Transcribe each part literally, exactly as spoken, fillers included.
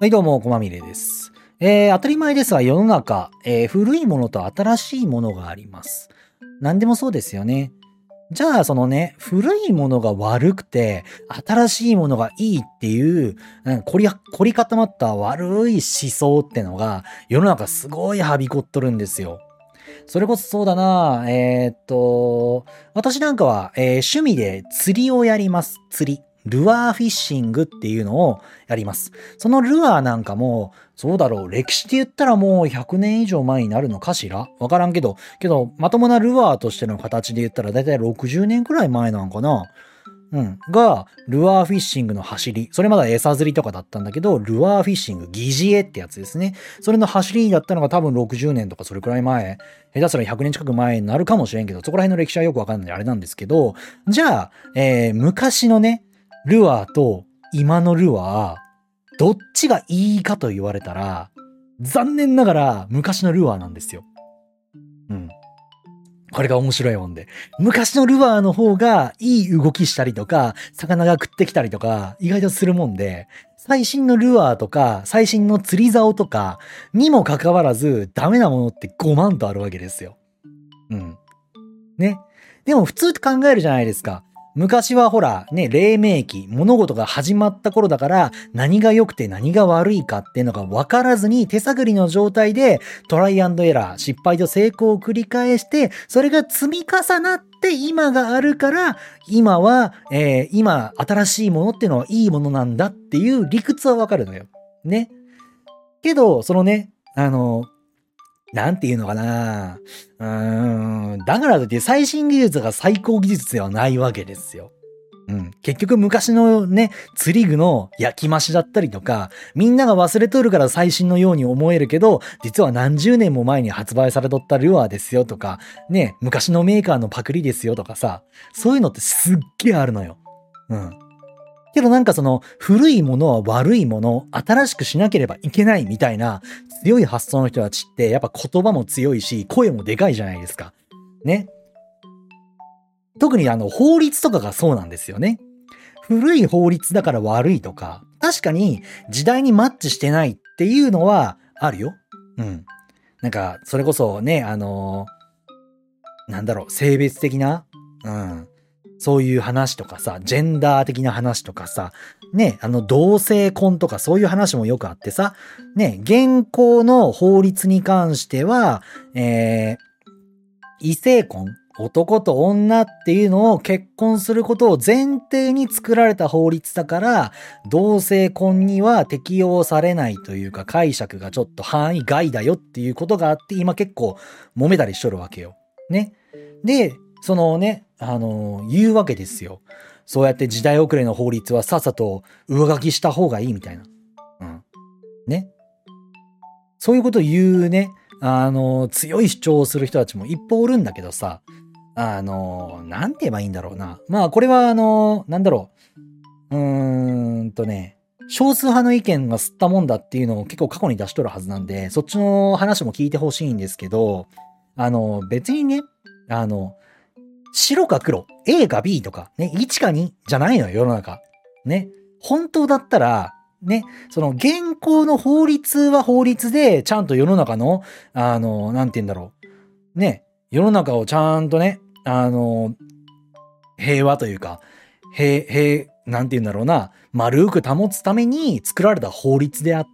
はい、どうも、こまみれです。えー、当たり前ですが、世の中、えー、古いものと新しいものがあります。何でもそうですよね。じゃあ、そのね、古いものが悪くて、新しいものがいいっていう、うん、凝り、凝り固まった悪い思想ってのが、世の中すごいはびこっとるんですよ。それこそそうだな、えーっと、私なんかは、えー趣味で釣りをやります。釣り。ルアーフィッシングっていうのをやります。そのルアーなんかも、そうだろう、歴史で言ったらもうひゃくねん以上前になるのかしらわからんけど、けど、まともなルアーとしての形で言ったらだいたいろくじゅうねんくらい前なんかな。うん。が、ルアーフィッシングの走り。それまだ餌釣りとかだったんだけど、ルアーフィッシング、疑似餌ってやつですね。それの走りだったのが多分ろくじゅうねんとかそれくらい前。下手すらひゃくねん近く前になるかもしれんけど、そこら辺の歴史はよくわかんないあれなんですけど、じゃあ、えー、昔のね、ルアーと今のルアー、どっちがいいかと言われたら、残念ながら昔のルアーなんですよ。うん。これが面白いもんで。昔のルアーの方がいい動きしたりとか、魚が食ってきたりとか、意外とするもんで、最新のルアーとか、最新の釣り竿とかにもかかわらず、ダメなものってごまんとあるわけですよ。うん。ね。でも普通って考えるじゃないですか。昔はほら、ね、黎明期、物事が始まった頃だから、何が良くて何が悪いかっていうのが分からずに手探りの状態でトライアンドエラー、失敗と成功を繰り返して、それが積み重なって今があるから、今は、えー今、新しいものっていうのはいいものなんだっていう理屈は分かるのよ。ね。けど、そのね、あの、なんていうのかな。うーん。だからといって最新技術が最高技術ではないわけですよ。うん。結局昔のね、釣り具の焼き増しだったりとか、みんなが忘れとるから最新のように思えるけど、実は何十年も前に発売されとったルアーですよとか、ね、昔のメーカーのパクリですよとかさ、そういうのってすっげえあるのよ。うん。けどなんかその古いものは悪いもの、新しくしなければいけないみたいな強い発想の人たちってやっぱ言葉も強いし声もでかいじゃないですか。ね。特にあの法律とかがそうなんですよね。古い法律だから悪いとか、確かに時代にマッチしてないっていうのはあるよ。うん。なんかそれこそね、あのなんだろう、性別的な、うん。そういう話とかさ、ジェンダー的な話とかさ、ね、あの、同性婚とかそういう話もよくあってさ、ね、現行の法律に関しては、えー、異性婚、男と女っていうのを結婚することを前提に作られた法律だから、同性婚には適用されないというか解釈がちょっと範囲外だよっていうことがあって、今結構揉めたりしとるわけよ。ね。で、そのね、あの、言うわけですよ。そうやって時代遅れの法律はさっさと上書きした方がいいみたいな。うん。ね。そういうこと言うね、あの、強い主張をする人たちも一方おるんだけどさ、あの、なんて言えばいいんだろうな。まあ、これはあの、なんだろう。うーんとね、少数派の意見が吸ったもんだっていうのを結構過去に出しとるはずなんで、そっちの話も聞いてほしいんですけど、あの、別にね、あの、白か黒、A か B とか、ね、いちかにじゃないのよ、世の中。ね。本当だったら、ね、その現行の法律は法律で、ちゃんと世の中の、あの、なんて言うんだろう。ね、世の中をちゃんとね、あの、平和というか、平、平、なんて言うんだろうな、丸く保つために作られた法律であって、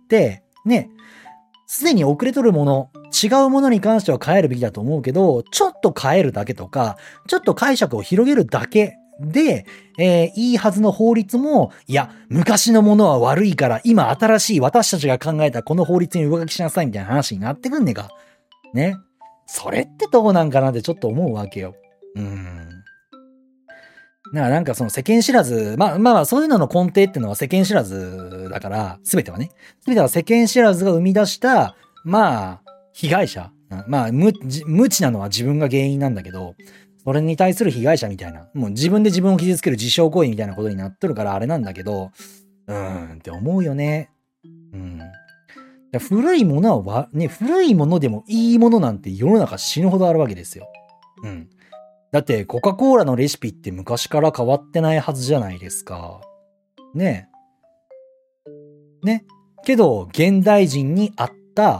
ね、すでに遅れとるもの、違うものに関しては変えるべきだと思うけど、ちょっと変えるだけとか、ちょっと解釈を広げるだけで、えーいいはずの法律も、いや、昔のものは悪いから、今新しい私たちが考えたこの法律に上書きしなさいみたいな話になってくんねえか。ね。それってどうなんかなってちょっと思うわけよ。うーん。だからなんかその世間知らず、まあまあまあそういうのの根底っていうのは世間知らずだから、すべてはね。すべては世間知らずが生み出した、まあ、被害者。うんまあ無、じ無知なのは自分が原因なんだけど、それに対する被害者みたいな、もう自分で自分を傷つける自傷行為みたいなことになっとるからあれなんだけど、うーんって思うよね。うん。古いものはわ、ね、古いものでもいいものなんて世の中死ぬほどあるわけですよ。うん。だってコカ・コーラのレシピって昔から変わってないはずじゃないですか。ねえ。ね。 けど、現代人に合った、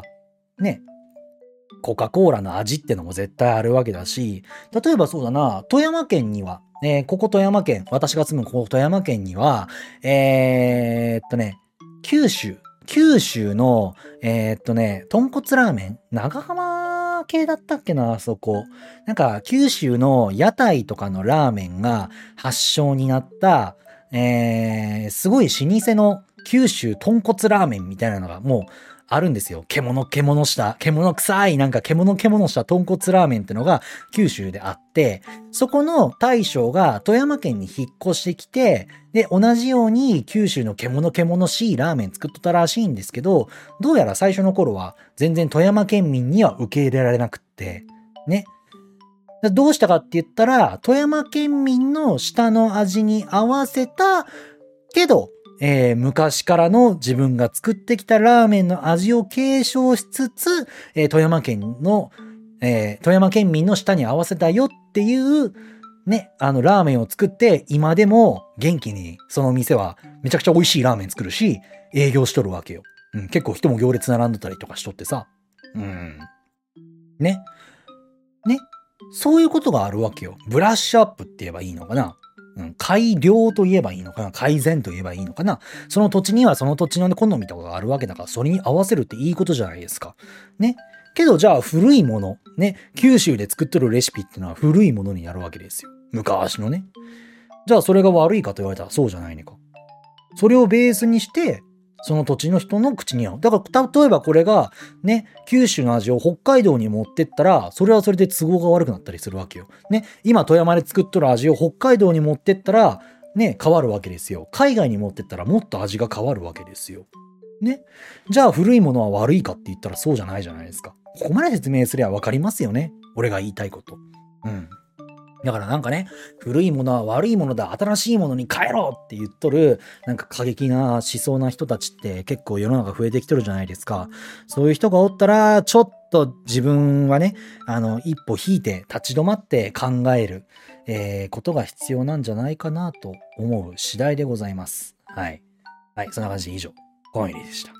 ね、コカ・コーラの味ってのも絶対あるわけだし、例えばそうだな、富山県には、えー、ここ富山県、私が住むここ富山県には、えー、っとね、九州、九州の、えー、っとね、豚骨ラーメン長浜系だったっけな、あそこ。なんか、九州の屋台とかのラーメンが発祥になった、えー、すごい老舗の九州豚骨ラーメンみたいなのがもうあるんですよ。獣、獣した、獣臭い、なんか獣獣した豚骨ラーメンってのが九州であって、そこの大将が富山県に引っ越してきて、で、同じように九州の獣獣しいラーメン作っとったらしいんですけど、どうやら最初の頃は全然富山県民には受け入れられなくって、ね。どうしたかって言ったら、富山県民の舌の味に合わせたけど、えー、昔からの自分が作ってきたラーメンの味を継承しつつ、えー、富山県の、えー、富山県民の舌に合わせたよっていう、ね、あの、ラーメンを作って、今でも元気にその店はめちゃくちゃ美味しいラーメン作るし、営業しとるわけよ。うん、結構人も行列並んでたりとかしとってさ。うん。ね。ね。そういうことがあるわけよ。ブラッシュアップって言えばいいのかな。うん、改良と言えばいいのかな、改善と言えばいいのかな。その土地にはその土地の好みとかがあるわけだから、それに合わせるっていいことじゃないですか。ね。けどじゃあ古いもの、ね、九州で作ってるレシピってのは古いものになるわけですよ。昔のね。じゃあそれが悪いかと言われたらそうじゃないねか。それをベースにして、その土地の人の口に合う。だから、例えばこれが、ね、九州の味を北海道に持ってったら、それはそれで都合が悪くなったりするわけよ。ね、今富山で作っとる味を北海道に持ってったら、ね、変わるわけですよ。海外に持ってったらもっと味が変わるわけですよ。ね。じゃあ古いものは悪いかって言ったらそうじゃないじゃないですか。ここまで説明すればわかりますよね。俺が言いたいこと。うん。だからなんかね、古いものは悪いものだ、新しいものに変えろって言っとる、なんか過激な思想な人たちって結構世の中増えてきてるじゃないですか。そういう人がおったら、ちょっと自分はね、あの、一歩引いて立ち止まって考える、えー、ことが必要なんじゃないかなと思う次第でございます。はい。はい、そんな感じで以上、コンエリでした。